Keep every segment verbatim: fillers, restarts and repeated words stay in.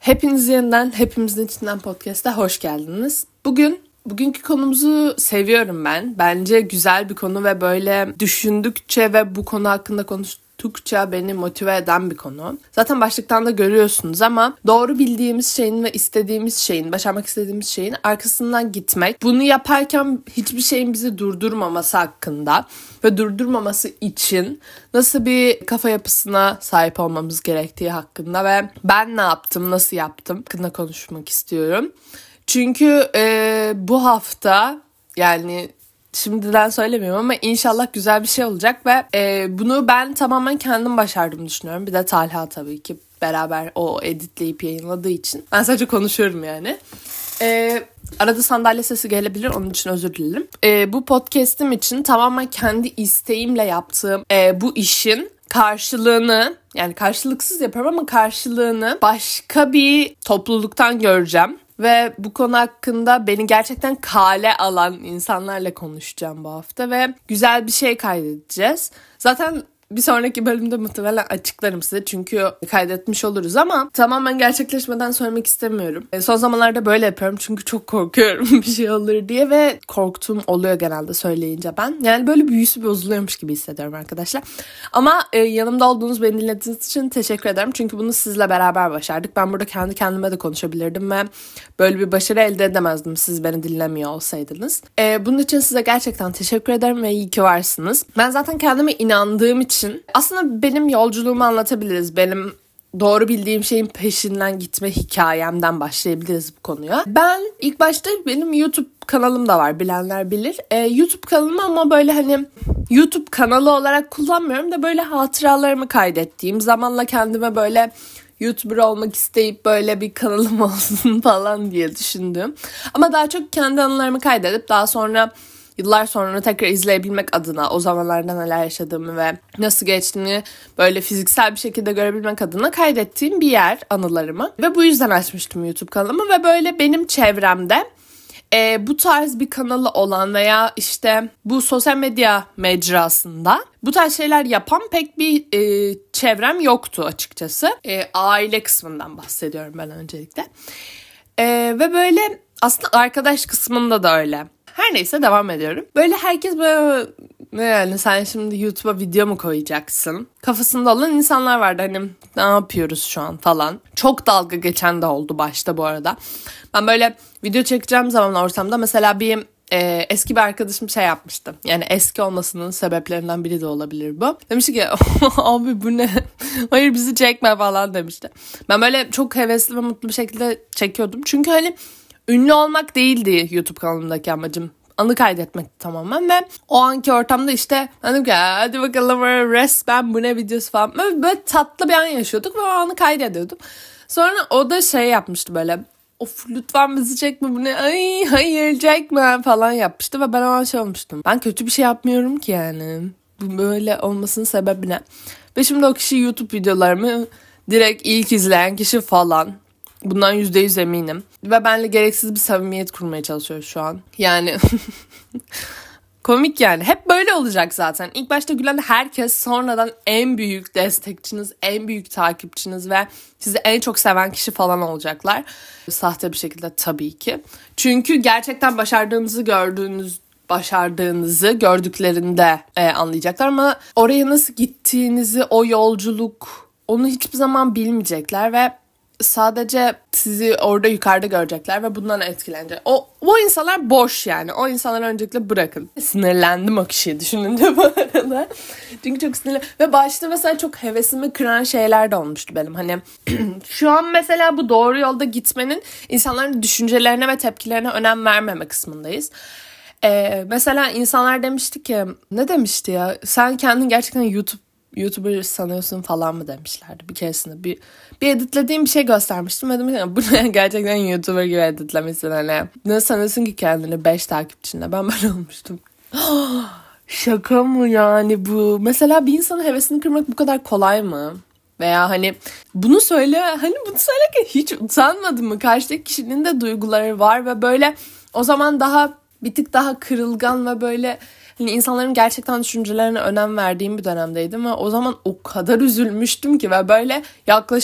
Hepiniz yeniden Hepimizin İçinden Podcast'a hoş geldiniz. Bugün, bugünkü konumuzu seviyorum ben. Bence güzel bir konu ve böyle düşündükçe ve bu konu hakkında konuştukça beni motive eden bir konu. Zaten başlıktan da görüyorsunuz ama doğru bildiğimiz şeyin ve istediğimiz şeyin, başarmak istediğimiz şeyin arkasından gitmek. Bunu yaparken hiçbir şeyin bizi durdurmaması hakkında ve durdurmaması için nasıl bir kafa yapısına sahip olmamız gerektiği hakkında ve ben ne yaptım, nasıl yaptım hakkında konuşmak istiyorum. Çünkü e, bu hafta yani şimdiden söylemiyorum ama inşallah güzel bir şey olacak ve e, bunu ben tamamen kendim başardığımı düşünüyorum. Bir de Talha tabii ki beraber o editleyip yayınladığı için. Ben sadece konuşuyorum yani. E, arada sandalye sesi gelebilir, onun için özür dilerim. E, bu podcast'im için tamamen kendi isteğimle yaptığım e, bu işin karşılığını, yani karşılıksız yapıyorum ama karşılığını başka bir topluluktan göreceğim. Ve bu konu hakkında beni gerçekten kale alan insanlarla konuşacağım bu hafta ve güzel bir şey kaydedeceğiz. Zaten bir sonraki bölümde muhtemelen açıklarım size çünkü kaydetmiş oluruz ama tamamen gerçekleşmeden söylemek istemiyorum. E, son zamanlarda böyle yapıyorum çünkü çok korkuyorum bir şey olur diye ve korktuğum oluyor genelde söyleyince ben. Yani böyle büyüsü bozuluyormuş gibi hissediyorum arkadaşlar. Ama e, yanımda olduğunuz, beni dinlediğiniz için teşekkür ederim. Çünkü bunu sizle beraber başardık. Ben burada kendi kendime de konuşabilirdim ve böyle bir başarı elde edemezdim siz beni dinlemiyor olsaydınız. E, bunun için size gerçekten teşekkür ederim ve iyi ki varsınız. Ben zaten kendime inandığım için aslında benim yolculuğumu anlatabiliriz. Benim doğru bildiğim şeyin peşinden gitme hikayemden başlayabiliriz bu konuya. Ben ilk başta benim YouTube kanalım da var, bilenler bilir. Ee, YouTube kanalımı ama böyle hani YouTube kanalı olarak kullanmıyorum da böyle hatıralarımı kaydettiğim, zamanla kendime böyle YouTuber olmak isteyip böyle bir kanalım olsun falan diye düşündüm. Ama daha çok kendi anılarımı kaydedip daha sonra yıllar sonra tekrar izleyebilmek adına, o zamanlarda neler yaşadığımı ve nasıl geçtiğini böyle fiziksel bir şekilde görebilmek adına kaydettiğim bir yer anılarımı. Ve bu yüzden açmıştım YouTube kanalımı ve böyle benim çevremde e, bu tarz bir kanalı olan veya işte bu sosyal medya mecrasında bu tarz şeyler yapan pek bir e, çevrem yoktu açıkçası. E, aile kısmından bahsediyorum ben öncelikle. E, ve böyle aslında arkadaş kısmında da öyle. Her neyse devam ediyorum. Böyle herkes böyle ne yani sen şimdi YouTube'a video mu koyacaksın? Kafasında olan insanlar vardı hani ne yapıyoruz şu an falan. Çok dalga geçen de oldu başta bu arada. Ben böyle video çekeceğim zaman ortamda mesela bir e, eski bir arkadaşım şey yapmıştı. Yani eski olmasının sebeplerinden biri de olabilir bu. Demişti ki abi bu ne? Hayır bizi çekme falan demişti. Ben böyle çok hevesli ve mutlu bir şekilde çekiyordum. Çünkü hani ünlü olmak değildi YouTube kanalımdaki amacım. Anı kaydetmek tamamen ve o anki ortamda işte dedim ki hadi bakalım resmen bu ne videosu falan. Böyle, böyle tatlı bir an yaşıyorduk ve o anı kaydediyordum. Sonra o da şey yapmıştı böyle of lütfen bizi çekme bu ne ay hayır çekme falan yapmıştı ve ben o an şey olmuştum. Ben kötü bir şey yapmıyorum ki yani. Bu böyle olmasının sebebi ne? Ve şimdi o kişi YouTube videolarımı direkt ilk izleyen kişi falan. Bundan yüzde yüz eminim. Ve benimle gereksiz bir samimiyet kurmaya çalışıyor şu an. Yani komik yani. Hep böyle olacak zaten. İlk başta gülen herkes sonradan en büyük destekçiniz, en büyük takipçiniz ve sizi en çok seven kişi falan olacaklar. Sahte bir şekilde tabii ki. Çünkü gerçekten başardığınızı gördüğünüz başardığınızı gördüklerinde e, anlayacaklar ama oraya nasıl gittiğinizi, o yolculuk, onu hiçbir zaman bilmeyecekler ve sadece sizi orada yukarıda görecekler ve bundan etkilenecek. O, o insanlar boş yani. O insanları öncelikle bırakın. Sinirlendim o kişiyi düşününce bu arada. Çünkü çok sinirli. Ve başta mesela çok hevesimi kıran şeyler de olmuştu benim. Hani şu an mesela bu doğru yolda gitmenin insanların düşüncelerine ve tepkilerine önem vermeme kısmındayız. Ee, mesela insanlar demişti ki ne demişti ya sen kendin gerçekten YouTube YouTuber sanıyorsun falan mı demişlerdi bir keresinde. Bir, bir editlediğim bir şey göstermiştim. Dedim ki bu ne gerçekten YouTuber gibi editlemişsin hani. Ne sanıyorsun ki kendini beş takipçinle. Ben böyle olmuştum. Şaka mı yani bu? Mesela bir insanın hevesini kırmak bu kadar kolay mı? Veya hani bunu söyle hani bunu söylerken hiç utanmadın mı? Karşıdaki kişinin de duyguları var ve böyle o zaman daha bir tık daha kırılgan ve böyle hani insanların gerçekten düşüncelerine önem verdiğim bir dönemdeydim ve o zaman o kadar üzülmüştüm ki ve böyle yaklaşık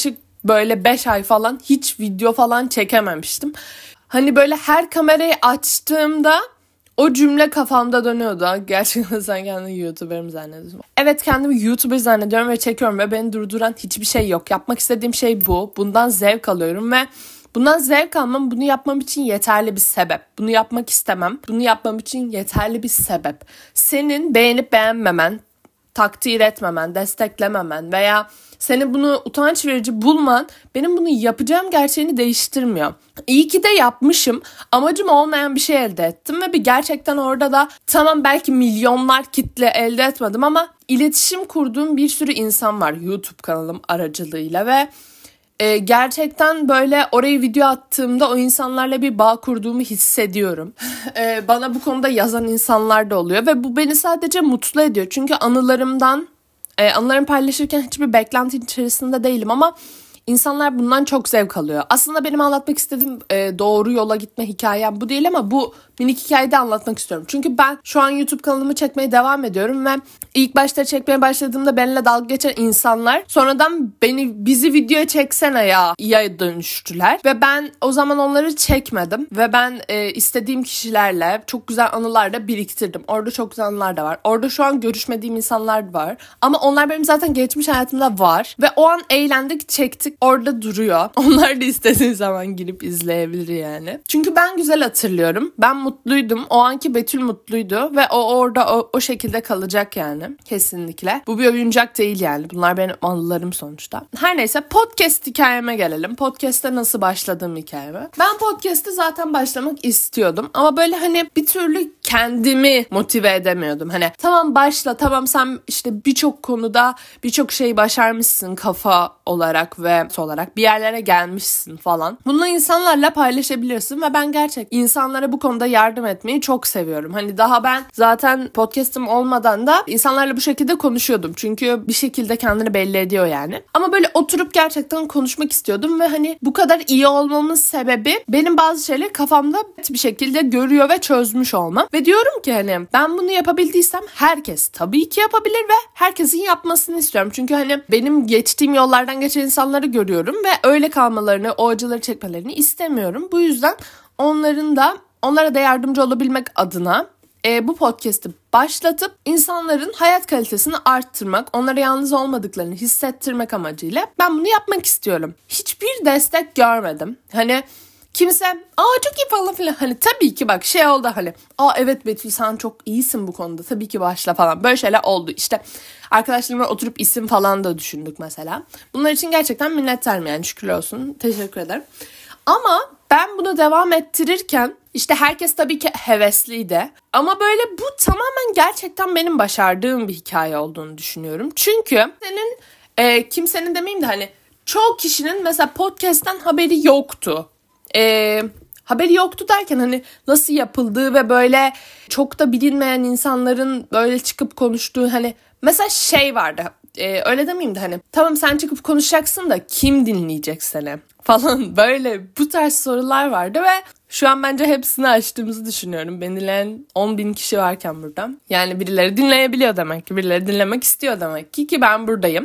böyle beş ay falan hiç video falan çekememiştim. Hani böyle her kamerayı açtığımda o cümle kafamda dönüyordu. Gerçekten sen kendini YouTuber mi zannediyorsun? Evet, kendimi YouTuber zannediyorum ve çekiyorum ve beni durduran hiçbir şey yok. Yapmak istediğim şey bu. Bundan zevk alıyorum ve bundan zevk almam, bunu yapmam için yeterli bir sebep. Bunu yapmak istemem. Bunu yapmam için yeterli bir sebep. Senin beğenip beğenmemen, takdir etmemen, desteklememen veya senin bunu utanç verici bulman benim bunu yapacağım gerçeğini değiştirmiyor. İyi ki de yapmışım. Amacım olmayan bir şey elde ettim ve bir gerçekten orada da tamam belki milyonlar kitle elde etmedim ama iletişim kurduğum bir sürü insan var YouTube kanalım aracılığıyla ve e, gerçekten böyle oraya video attığımda o insanlarla bir bağ kurduğumu hissediyorum. e, bana bu konuda yazan insanlar da oluyor ve bu beni sadece mutlu ediyor. Çünkü anılarımdan Ee, anılarımı paylaşırken hiçbir beklenti içerisinde değilim ama insanlar bundan çok zevk alıyor. Aslında benim anlatmak istediğim e, doğru yola gitme hikayem bu değil ama bu minik hikayeyi de anlatmak istiyorum. Çünkü ben şu an YouTube kanalımı çekmeye devam ediyorum ve ilk başta çekmeye başladığımda benimle dalga geçen insanlar sonradan beni bizi videoya çeksene ya ya dönüştüler. Ve ben o zaman onları çekmedim ve ben e, istediğim kişilerle çok güzel anılar da biriktirdim. Orada çok güzel anılar da var. Orada şu an görüşmediğim insanlar var. Ama onlar benim zaten geçmiş hayatımda var. Ve o an eğlendik, çektik, orada duruyor. Onlar da istediği zaman girip izleyebilir yani. Çünkü ben güzel hatırlıyorum. Ben mutluydum. O anki Betül mutluydu ve o orada o, o şekilde kalacak yani. Kesinlikle. Bu bir oyuncak değil yani. Bunlar benim anılarım sonuçta. Her neyse, podcast hikayeme gelelim. Podcast'te nasıl başladığım hikayeme. Ben podcast'te zaten başlamak istiyordum. Ama böyle hani bir türlü kendimi motive edemiyordum. Hani tamam başla, tamam sen işte birçok konuda birçok şey başarmışsın kafa olarak ve olarak bir yerlere gelmişsin falan. Bunu insanlarla paylaşabilirsin ve ben gerçek insanlara bu konuda yardım etmeyi çok seviyorum. Hani daha ben zaten podcast'ım olmadan da insanlarla bu şekilde konuşuyordum. Çünkü bir şekilde kendini belli ediyor yani. Ama böyle oturup gerçekten konuşmak istiyordum ve hani bu kadar iyi olmamın sebebi benim bazı şeyleri kafamda bir şekilde görüyor ve çözmüş olmam. Ve diyorum ki hani ben bunu yapabildiysem herkes tabii ki yapabilir ve herkesin yapmasını istiyorum. Çünkü hani benim geçtiğim yollardan geçen insanları görüyorum ve öyle kalmalarını, o acıları çekmelerini istemiyorum. Bu yüzden onların da onlara da yardımcı olabilmek adına e, bu podcast'ı başlatıp insanların hayat kalitesini arttırmak, onlara yalnız olmadıklarını hissettirmek amacıyla ben bunu yapmak istiyorum. Hiçbir destek görmedim. Hani kimse aa çok iyi falan filan, hani tabii ki bak şey oldu, hani aa evet Betül sen çok iyisin bu konuda, tabii ki başla falan, böyle şeyler oldu. İşte arkadaşlarımla oturup isim falan da düşündük mesela. Bunlar için gerçekten minnettarım yani, şükürler olsun, teşekkür ederim. Ama ben bunu devam ettirirken işte herkes tabii ki hevesliydi. Ama böyle bu tamamen gerçekten benim başardığım bir hikaye olduğunu düşünüyorum. Çünkü senin e, kimsenin demeyeyim de hani çoğu kişinin mesela podcast'ten haberi yoktu. Eee... Haberi yoktu derken hani nasıl yapıldığı ve böyle çok da bilinmeyen insanların böyle çıkıp konuştuğu, hani mesela şey vardı, e, öyle demeyeyim de hani tamam sen çıkıp konuşacaksın da kim dinleyecek seni falan, böyle bu tarz sorular vardı ve şu an bence hepsini açtığımızı düşünüyorum. Beni dinleyen on bin kişi varken burada. Yani birileri dinleyebiliyor demek ki, birileri dinlemek istiyor demek ki ki ben buradayım.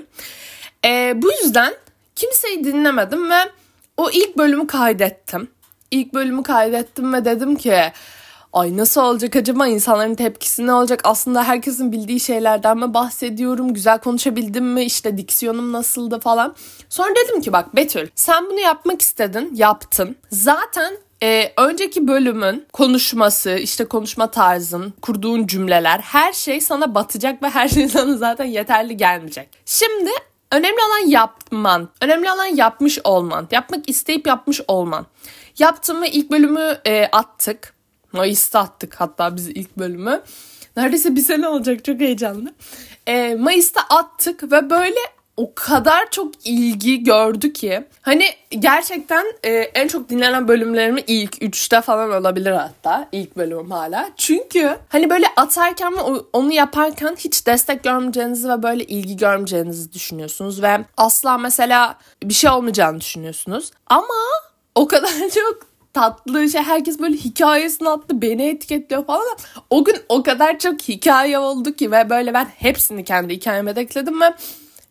E, bu yüzden kimseyi dinlemedim ve o ilk bölümü kaydettim. İlk bölümü kaydettim ve dedim ki ay nasıl olacak acaba, insanların tepkisi ne olacak, aslında herkesin bildiği şeylerden mi bahsediyorum, güzel konuşabildim mi, işte diksiyonum nasıldı falan. Sonra dedim ki bak Betül, sen bunu yapmak istedin, yaptın. Zaten e, önceki bölümün konuşması, işte konuşma tarzın, kurduğun cümleler, her şey sana batacak ve her şey sana zaten yeterli gelmeyecek. Şimdi önemli olan yapman, önemli olan yapmış olman, yapmak isteyip yapmış olman. Yaptım ve ilk bölümü e, attık. Mayıs'ta attık hatta biz ilk bölümü. Neredeyse bir sene olacak, çok heyecanlı. E, Mayıs'ta attık ve böyle o kadar çok ilgi gördü ki. Hani gerçekten e, en çok dinlenen bölümlerimi ilk üçte falan olabilir hatta. İlk bölümüm hala. Çünkü hani böyle atarken ve onu yaparken hiç destek görmeyeceğinizi ve böyle ilgi görmeyeceğinizi düşünüyorsunuz. Ve asla mesela bir şey olmayacağını düşünüyorsunuz. Ama o kadar çok tatlı şey, herkes böyle hikayesini attı, beni etiketliyor falan. O gün o kadar çok hikaye oldu ki ve böyle ben hepsini kendi hikayeme de ekledim ve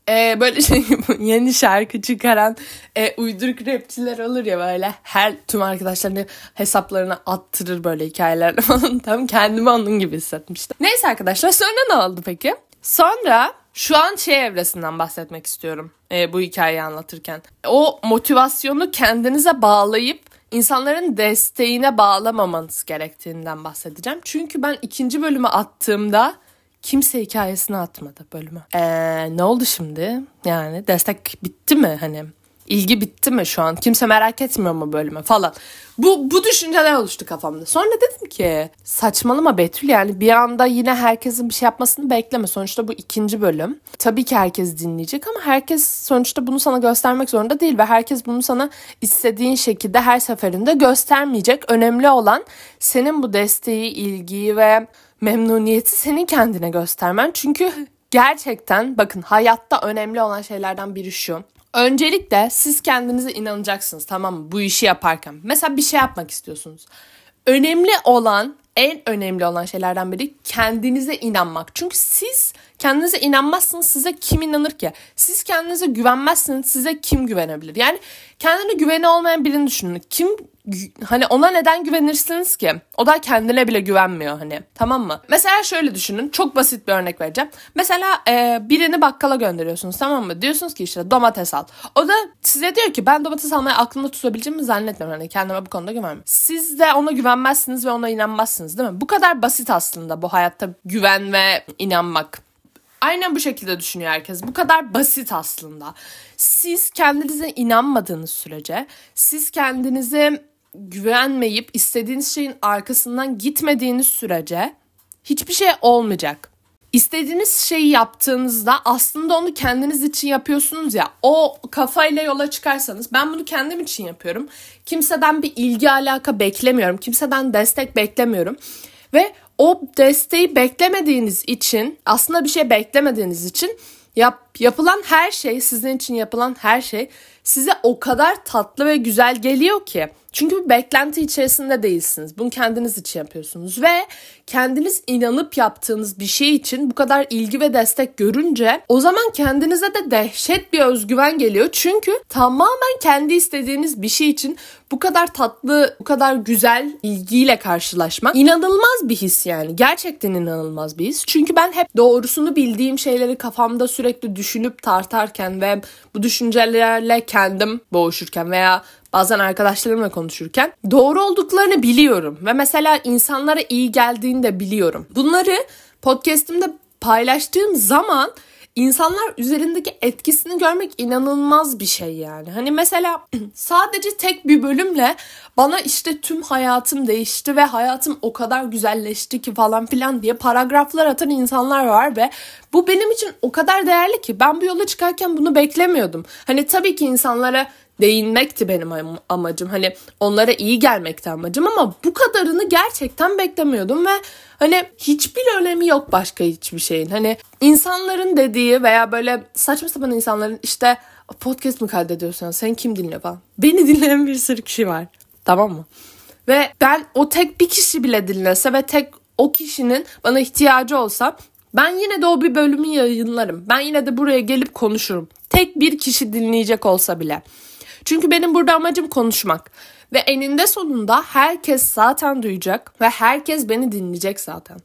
e, böyle şey yeni şarkı çıkaran e, uyduruk rapçiler olur ya, böyle her tüm arkadaşlarını hesaplarına attırır böyle hikayelerle falan. Tam kendimi onun gibi hissetmiştim. Neyse arkadaşlar, sonra ne oldu peki? Sonra şu an şey evresinden bahsetmek istiyorum e, bu hikayeyi anlatırken. O motivasyonu kendinize bağlayıp insanların desteğine bağlamamanız gerektiğinden bahsedeceğim. Çünkü ben ikinci bölümü attığımda kimse hikayesini atmadı bölümü. Ee, ne oldu şimdi? Yani destek bitti mi? Hani ilgi bitti mi şu an? Kimse merak etmiyor mu bölümü falan. Bu, bu düşünceler oluştu kafamda. Sonra dedim ki saçmalama Betül, yani bir anda yine herkesin bir şey yapmasını bekleme. Sonuçta bu ikinci bölüm. Tabii ki herkes dinleyecek ama herkes sonuçta bunu sana göstermek zorunda değil ve herkes bunu sana istediğin şekilde her seferinde göstermeyecek. Önemli olan senin bu desteği, ilgiyi ve memnuniyeti senin kendine göstermen. Çünkü gerçekten bakın, hayatta önemli olan şeylerden biri şu. Öncelikle siz kendinize inanacaksınız, tamam mı? Bu işi yaparken. Mesela bir şey yapmak istiyorsunuz. Önemli olan, en önemli olan şeylerden biri kendinize inanmak. Çünkü siz kendinize inanmazsınız, size kim inanır ki? Siz kendinize güvenmezsiniz, size kim güvenebilir? Yani kendine güveni olmayan birini düşünün. Kim, hani ona neden güvenirsiniz ki? O da kendine bile güvenmiyor hani. Tamam mı? Mesela şöyle düşünün. Çok basit bir örnek vereceğim. Mesela e, birini bakkala gönderiyorsunuz, tamam mı? Diyorsunuz ki işte domates al. O da size diyor ki ben domates almayı aklımda tutabileceğimi zannetmiyorum. Hani kendime bu konuda güvenmiyorum. Siz de ona güvenmezsiniz ve ona inanmazsınız, değil mi? Bu kadar basit aslında bu hayatta güven ve inanmak. Aynen bu şekilde düşünüyor herkes. Bu kadar basit aslında. Siz kendinize inanmadığınız sürece, siz kendinize güvenmeyip istediğiniz şeyin arkasından gitmediğiniz sürece hiçbir şey olmayacak. İstediğiniz şeyi yaptığınızda aslında onu kendiniz için yapıyorsunuz ya. O kafayla yola çıkarsanız, ben bunu kendim için yapıyorum. Kimseden bir ilgi alaka beklemiyorum. Kimseden destek beklemiyorum. Ve o desteği beklemediğiniz için, aslında bir şey beklemediğiniz için yap, yapılan her şey, sizin için yapılan her şey size o kadar tatlı ve güzel geliyor ki. Çünkü bir beklenti içerisinde değilsiniz. Bunu kendiniz için yapıyorsunuz ve kendiniz inanıp yaptığınız bir şey için bu kadar ilgi ve destek görünce o zaman kendinize de dehşet bir özgüven geliyor. Çünkü tamamen kendi istediğiniz bir şey için bu kadar tatlı, bu kadar güzel ilgiyle karşılaşmak inanılmaz bir his yani. Gerçekten inanılmaz bir his. Çünkü ben hep doğrusunu bildiğim şeyleri kafamda sürekli düşünüp tartarken ve bu düşüncelerle kendim boğuşurken veya bazen arkadaşlarımla konuşurken doğru olduklarını biliyorum. Ve mesela insanlara iyi geldiğini de biliyorum. Bunları podcast'imde paylaştığım zaman İnsanlar üzerindeki etkisini görmek inanılmaz bir şey yani. Hani mesela sadece tek bir bölümle bana işte tüm hayatım değişti ve hayatım o kadar güzelleşti ki falan filan diye paragraflar atan insanlar var ve bu benim için o kadar değerli ki ben bu yola çıkarken bunu beklemiyordum. Hani tabii ki insanlara değinmekti benim amacım. Hani onlara iyi gelmekti amacım ama bu kadarını gerçekten beklemiyordum ve hani hiçbir önemi yok başka hiçbir şeyin. Hani insanların dediği veya böyle saçma sapan insanların işte podcast mı kaydediyorsun, sen kim dinliyor falan. Beni dinleyen bir sürü kişi var. Tamam mı? Ve ben o tek bir kişi bile dinlese ve tek o kişinin bana ihtiyacı olsa ben yine de o bir bölümü yayınlarım. Ben yine de buraya gelip konuşurum. Tek bir kişi dinleyecek olsa bile. Çünkü benim burada amacım konuşmak. Ve eninde sonunda herkes zaten duyacak ve herkes beni dinleyecek zaten.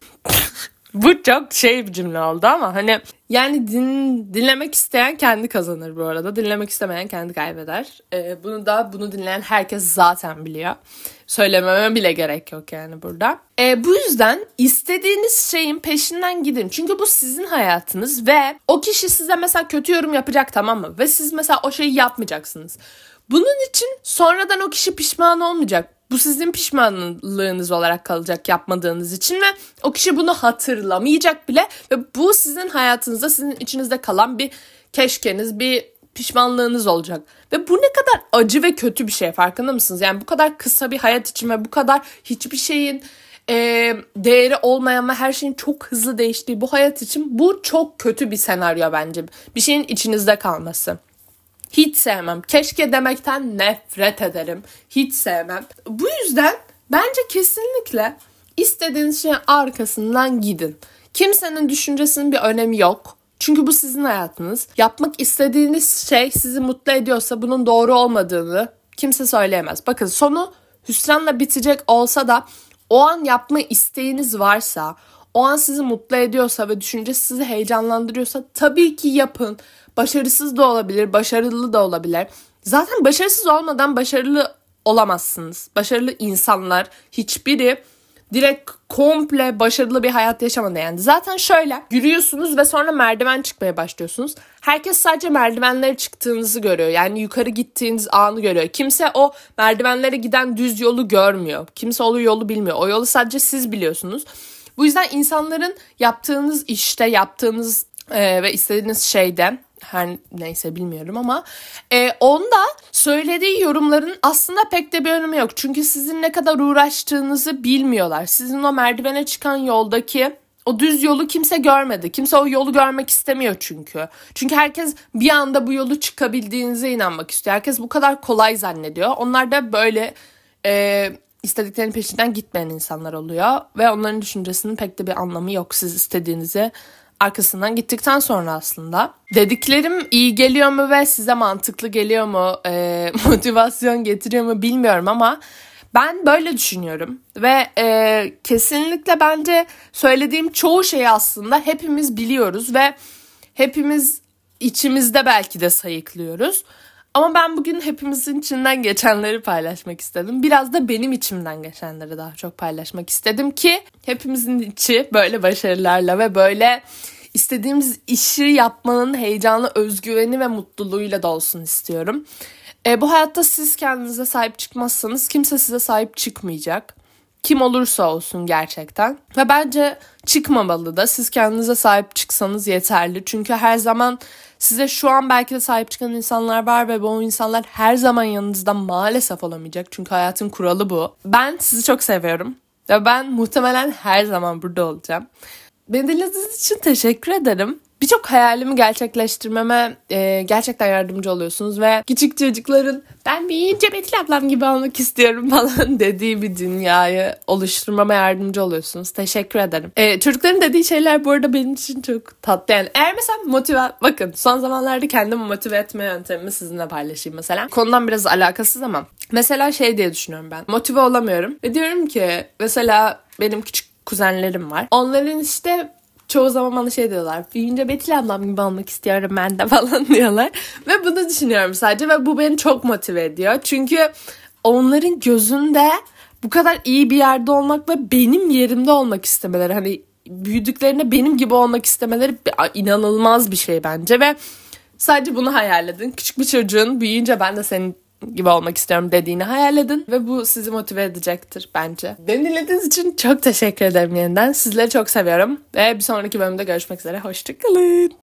Bu çok şey bir cümle oldu ama hani yani din, dinlemek isteyen kendi kazanır bu arada. Dinlemek istemeyen kendi kaybeder. Ee, bunu da bunu dinleyen herkes zaten biliyor. Söylememe bile gerek yok yani burada. Ee, bu yüzden istediğiniz şeyin peşinden gidin. Çünkü bu sizin hayatınız ve o kişi size mesela kötü yorum yapacak, tamam mı? Ve siz mesela o şeyi yapmayacaksınız. Bunun için sonradan o kişi pişman olmayacak. Bu sizin pişmanlığınız olarak kalacak yapmadığınız için ve o kişi bunu hatırlamayacak bile ve bu sizin hayatınızda, sizin içinizde kalan bir keşkeniz, bir pişmanlığınız olacak. Ve bu ne kadar acı ve kötü bir şey, farkında mısınız? Yani bu kadar kısa bir hayat için ve bu kadar hiçbir şeyin e, değeri olmayan ve her şeyin çok hızlı değiştiği bu hayat için bu çok kötü bir senaryo bence. Bir şeyin içinizde kalması. Hiç sevmem. Keşke demekten nefret ederim. Hiç sevmem. Bu yüzden bence kesinlikle istediğiniz şeyin arkasından gidin. Kimsenin düşüncesinin bir önemi yok. Çünkü bu sizin hayatınız. Yapmak istediğiniz şey sizi mutlu ediyorsa bunun doğru olmadığını kimse söyleyemez. Bakın sonu hüsranla bitecek olsa da o an yapma isteğiniz varsa, o an sizi mutlu ediyorsa ve düşünce sizi heyecanlandırıyorsa tabii ki yapın. Başarısız da olabilir, başarılı da olabilir. Zaten başarısız olmadan başarılı olamazsınız. Başarılı insanlar hiçbiri direkt komple başarılı bir hayat yaşamadı yani. Zaten şöyle yürüyorsunuz ve sonra merdiven çıkmaya başlıyorsunuz. Herkes sadece merdivenlere çıktığınızı görüyor. Yani yukarı gittiğiniz anı görüyor. Kimse o merdivenlere giden düz yolu görmüyor. Kimse o yolu bilmiyor. O yolu sadece siz biliyorsunuz. Bu yüzden insanların yaptığınız işte, yaptığınız e, ve istediğiniz şeyde, her neyse bilmiyorum ama e, onda söylediği yorumların aslında pek de bir önemi yok. Çünkü sizin ne kadar uğraştığınızı bilmiyorlar. Sizin o merdivene çıkan yoldaki o düz yolu kimse görmedi. Kimse o yolu görmek istemiyor çünkü. Çünkü herkes bir anda bu yolu çıkabildiğinize inanmak istiyor. Herkes bu kadar kolay zannediyor. Onlar da böyle e, istediklerinin peşinden gitmeyen insanlar oluyor. Ve onların düşüncesinin pek de bir anlamı yok. Siz istediğinizi arkasından gittikten sonra aslında. Dediklerim iyi geliyor mu ve size mantıklı geliyor mu, e, motivasyon getiriyor mu bilmiyorum ama ben böyle düşünüyorum. Ve e, kesinlikle bence söylediğim çoğu şeyi aslında hepimiz biliyoruz ve hepimiz içimizde belki de sayıklıyoruz. Ama ben bugün hepimizin içinden geçenleri paylaşmak istedim. Biraz da benim içimden geçenleri daha çok paylaşmak istedim ki hepimizin içi böyle başarılarla ve böyle istediğimiz işi yapmanın heyecanı, özgüveni ve mutluluğuyla da olsun istiyorum. E, bu hayatta siz kendinize sahip çıkmazsanız kimse size sahip çıkmayacak. Kim olursa olsun gerçekten. Ve bence çıkmamalı da. Siz kendinize sahip çıksanız yeterli. Çünkü her zaman size şu an belki de sahip çıkan insanlar var ve bu insanlar her zaman yanınızda maalesef olamayacak. Çünkü hayatın kuralı bu. Ben sizi çok seviyorum. Ve ben muhtemelen her zaman burada olacağım. Beni dinlediğiniz için teşekkür ederim. Birçok hayalimi gerçekleştirmeme e, gerçekten yardımcı oluyorsunuz ve küçük çocukların ben büyüyünce Betül ablam gibi olmak istiyorum falan dediği bir dünyayı oluşturmama yardımcı oluyorsunuz. Teşekkür ederim. E, çocukların dediği şeyler bu arada benim için çok tatlı. Yani eğer mesela motive... Bakın son zamanlarda kendimi motive etme yöntemimi sizinle paylaşayım mesela. Konudan biraz alakasız ama mesela şey diye düşünüyorum ben. Motive olamıyorum ve diyorum ki mesela benim küçük kuzenlerim var. Onların işte çoğu zaman bana şey diyorlar. Büyüyünce Betül ablam gibi olmak istiyorum ben de falan diyorlar. Ve bunu düşünüyorum sadece ve bu beni çok motive ediyor. Çünkü onların gözünde bu kadar iyi bir yerde olmak ve benim yerimde olmak istemeleri, hani büyüdüklerinde benim gibi olmak istemeleri inanılmaz bir şey bence ve sadece bunu hayal edin. Küçük bir çocuğun büyüyünce ben de senin gibi olmak istiyorum dediğini hayal edin ve bu sizi motive edecektir bence. Beni dinlediğiniz için çok teşekkür ederim yeniden. Sizleri çok seviyorum ve bir sonraki bölümde görüşmek üzere. Hoşça kalın.